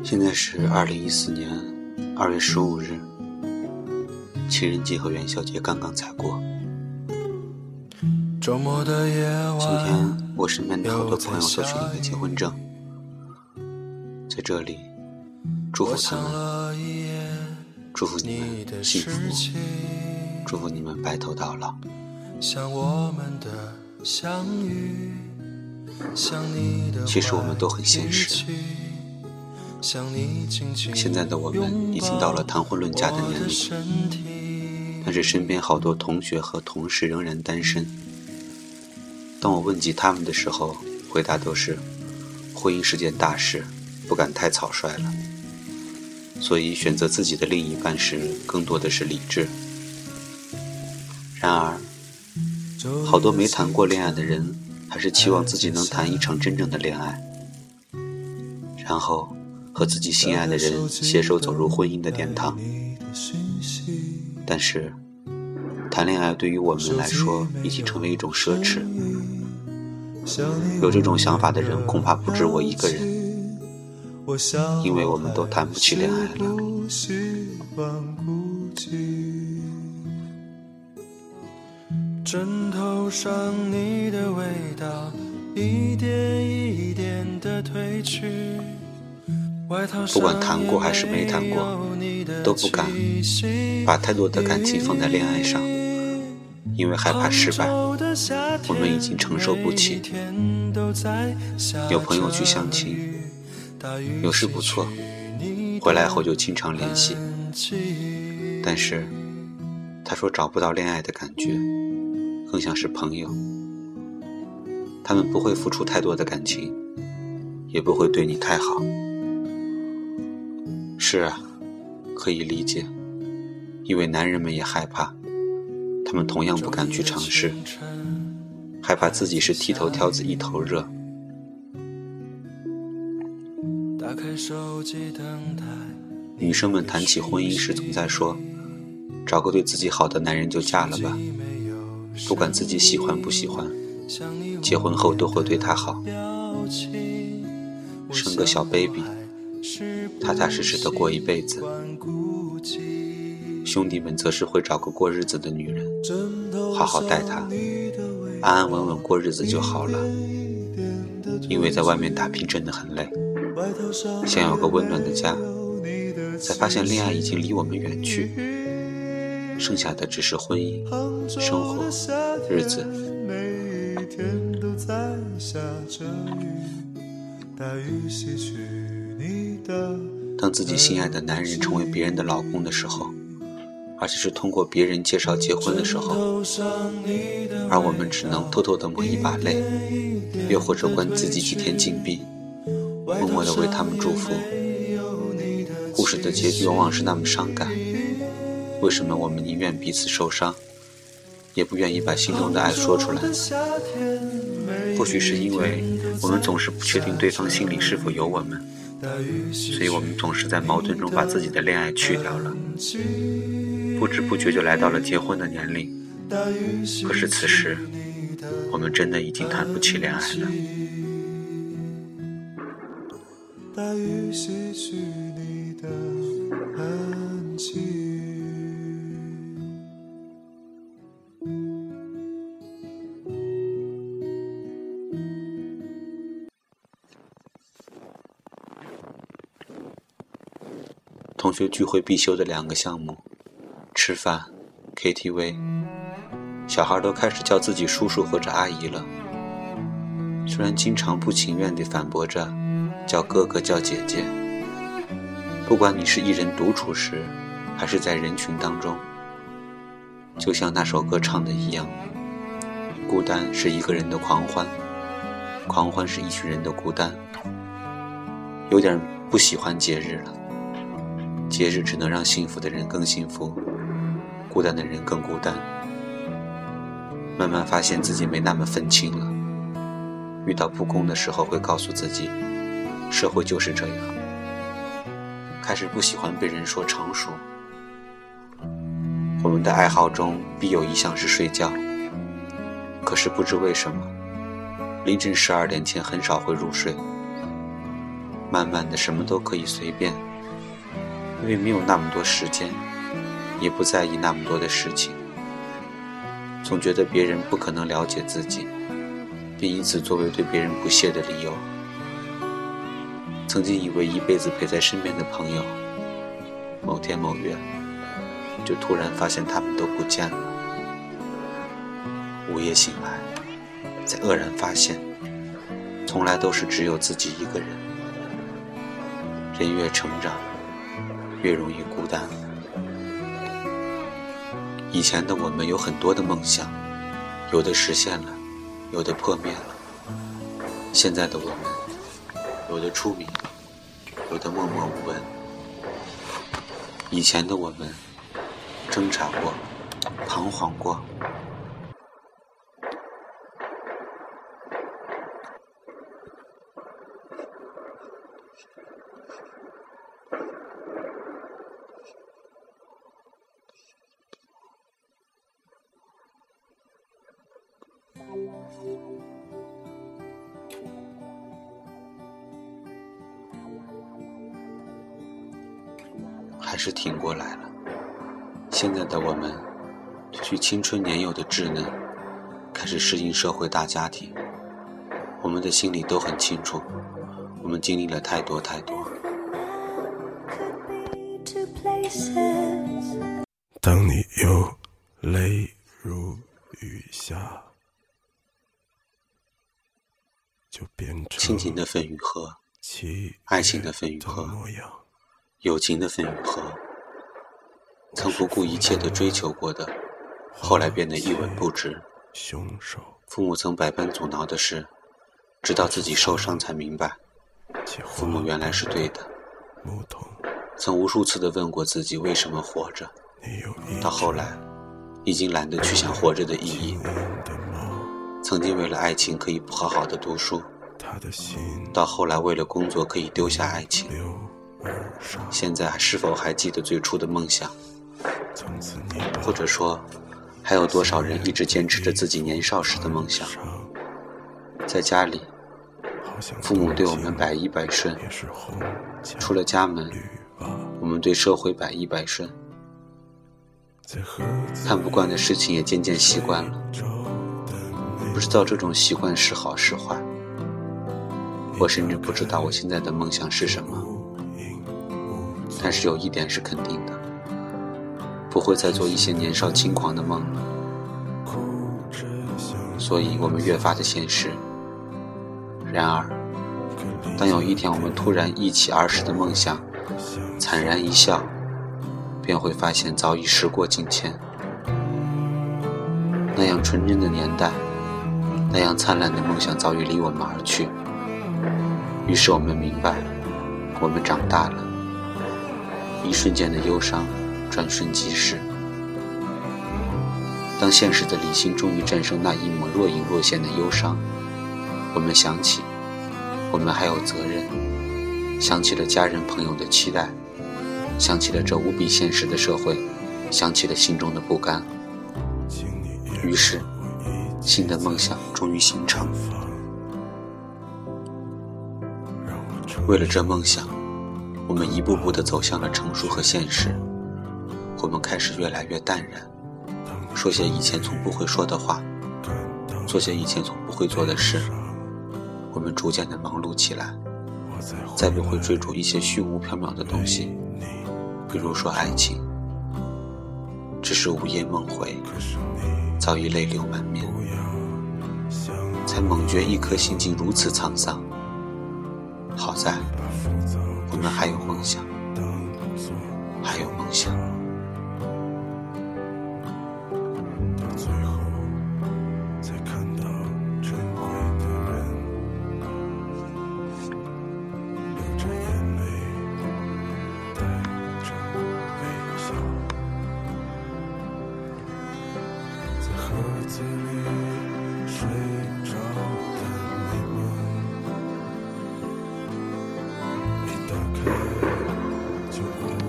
现在是2014年2月15日，情人节和元宵节刚刚才过。今天我身边的好多朋友都去领了结婚证，在这里祝福他们，祝福你们幸福，祝福你们白头到老。其实我们都很现实，现在的我们已经到了谈婚论嫁的年龄，但是身边好多同学和同事仍然单身。当我问及他们的时候，回答都是婚姻是件大事，不敢太草率了，所以选择自己的另一半时更多的是理智。然而好多没谈过恋爱的人还是期望自己能谈一场真正的恋爱，然后和自己心爱的人携手走入婚姻的殿堂。但是谈恋爱对于我们来说已经成为一种奢侈，有这种想法的人恐怕不止我一个人，因为我们都谈不起恋爱了。 枕头上你的味道一点一点地褪去， 不管谈过还是没谈过，都不敢把太多的感情放在恋爱上，因为害怕失败，我们已经承受不起。有朋友去相亲，有时不错，回来后就经常联系，但是他说找不到恋爱的感觉，更像是朋友。他们不会付出太多的感情，也不会对你太好。是啊，可以理解，因为男人们也害怕，他们同样不敢去尝试，害怕自己是剃头挑子一头热。女生们谈起婚姻时总在说，找个对自己好的男人就嫁了吧，不管自己喜欢不喜欢，结婚后都会对他好，生个小 baby， 踏踏实实的过一辈子。兄弟们则是会找个过日子的女人，好好待她，安安稳稳过日子就好了。因为在外面打拼真的很累，想有个温暖的家，才发现恋爱已经离我们远去，剩下的只是婚姻、生活、日子。当自己心爱的男人成为别人的老公的时候，而且是通过别人介绍结婚的时候，而我们只能偷偷地抹一把泪，又或者关自己几天禁闭，默默地为他们祝福。故事的结局往往是那么伤感，为什么我们宁愿彼此受伤，也不愿意把心中的爱说出来？或许是因为我们总是不确定对方心里是否有我们，所以我们总是在矛盾中把自己的恋爱去掉了，不知不觉就来到了结婚的年龄。可是此时我们真的已经谈不起恋爱了。大雨洗去你的痕迹。同学聚会必修的2个项目，吃饭、KTV， 小孩都开始叫自己叔叔或者阿姨了，虽然经常不情愿地反驳着叫哥哥叫姐姐。不管你是一人独处时，还是在人群当中，就像那首歌唱的一样，孤单是一个人的狂欢，狂欢是一群人的孤单。有点不喜欢节日了，节日只能让幸福的人更幸福，孤单的人更孤单。慢慢发现自己没那么愤青了，遇到不公的时候会告诉自己，社会就是这样。开始不喜欢被人说成熟。我们的爱好中必有一项是睡觉，可是不知为什么，凌晨12点前很少会入睡。 慢慢的什么都可以随便，因为没有那么多时间，也不在意那么多的事情，总觉得别人不可能了解自己，并以此作为对别人不屑的理由。曾经以为一辈子陪在身边的朋友，某天某月就突然发现他们都不见了。午夜醒来，才愕然发现，从来都是只有自己一个人。人越成长，越容易孤单。以前的我们有很多的梦想，有的实现了，有的破灭了。现在的我们，有的出名，有的默默无闻。以前的我们，挣扎过，彷徨过。还是挺过来了。现在的我们褪去青春年幼的稚嫩，开始适应社会大家庭。我们的心里都很清楚，我们经历了太多太多。 当你又泪如雨下，就变成亲情的分与合，爱情的分与合，友情的分与合，曾不顾一切地追求过的，后来变得一文不值。父母曾百般阻挠的事，直到自己受伤才明白，父母原来是对的。曾无数次地问过自己为什么活着，到后来已经懒得去想活着的意义。曾经为了爱情可以不好好的读书，到后来为了工作可以丢下爱情。现在是否还记得最初的梦想？或者说，还有多少人一直坚持着自己年少时的梦想？在家里，父母对我们百依百顺，出了家门，我们对社会百依百顺，看不惯的事情也渐渐习惯了。不知道这种习惯是好是坏，我甚至不知道我现在的梦想是什么。但是有一点是肯定的，不会再做一些年少轻狂的梦了。所以我们越发的现实。然而，当有一天我们突然忆起儿时的梦想，惨然一笑，便会发现早已时过境迁。那样纯真的年代，那样灿烂的梦想早已离我们而去。于是我们明白，我们长大了。一瞬间的忧伤转瞬即逝。当现实的理性终于战胜那一抹若隐若现的忧伤，我们想起我们还有责任，想起了家人朋友的期待，想起了这无比现实的社会，想起了心中的不甘。于是新的梦想终于形成。为了这梦想，我们一步步地走向了成熟和现实。我们开始越来越淡然，说些以前从不会说的话，做些以前从不会做的事。我们逐渐地忙碌起来，再不会追逐一些虚无缥缈的东西，比如说爱情。只是午夜梦回，早已泪流满面，才猛觉一颗心境如此沧桑。好在我们还有梦想，还有梦想。 到最后才看到珍贵的人，流着眼泪，带着微笑，在盒子里睡